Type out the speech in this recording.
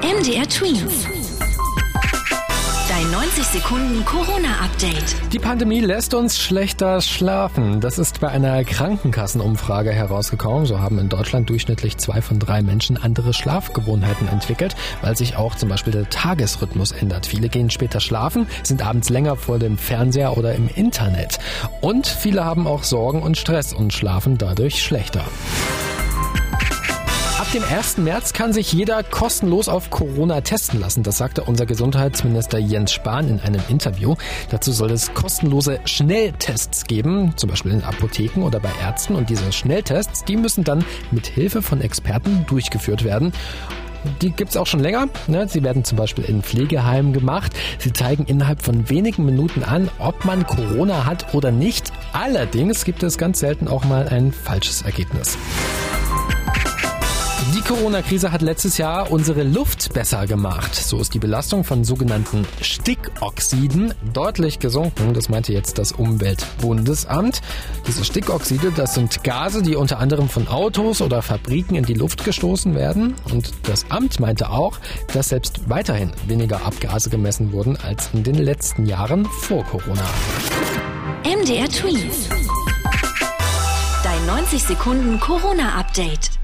MDR Twins. Dein 90 Sekunden Corona-Update. Die Pandemie lässt uns schlechter schlafen. Das ist bei einer Krankenkassenumfrage herausgekommen. So haben in Deutschland durchschnittlich 2 von 3 Menschen andere Schlafgewohnheiten entwickelt, weil sich auch zum Beispiel der Tagesrhythmus ändert. Viele gehen später schlafen, sind abends länger vor dem Fernseher oder im Internet. Und viele haben auch Sorgen und Stress und schlafen dadurch schlechter. Ab dem 1. März kann sich jeder kostenlos auf Corona testen lassen. Das sagte unser Gesundheitsminister Jens Spahn in einem Interview. Dazu soll es kostenlose Schnelltests geben, zum Beispiel in Apotheken oder bei Ärzten. Und diese Schnelltests, die müssen dann mit Hilfe von Experten durchgeführt werden. Die gibt's auch schon länger. Sie werden zum Beispiel in Pflegeheimen gemacht. Sie zeigen innerhalb von wenigen Minuten an, ob man Corona hat oder nicht. Allerdings gibt es ganz selten auch mal ein falsches Ergebnis. Die Corona-Krise hat letztes Jahr unsere Luft besser gemacht. So ist die Belastung von sogenannten Stickoxiden deutlich gesunken. Das meinte jetzt das Umweltbundesamt. Diese Stickoxide, das sind Gase, die unter anderem von Autos oder Fabriken in die Luft gestoßen werden. Und das Amt meinte auch, dass selbst weiterhin weniger Abgase gemessen wurden als in den letzten Jahren vor Corona. MDR Twins. Dein 90 Sekunden Corona-Update.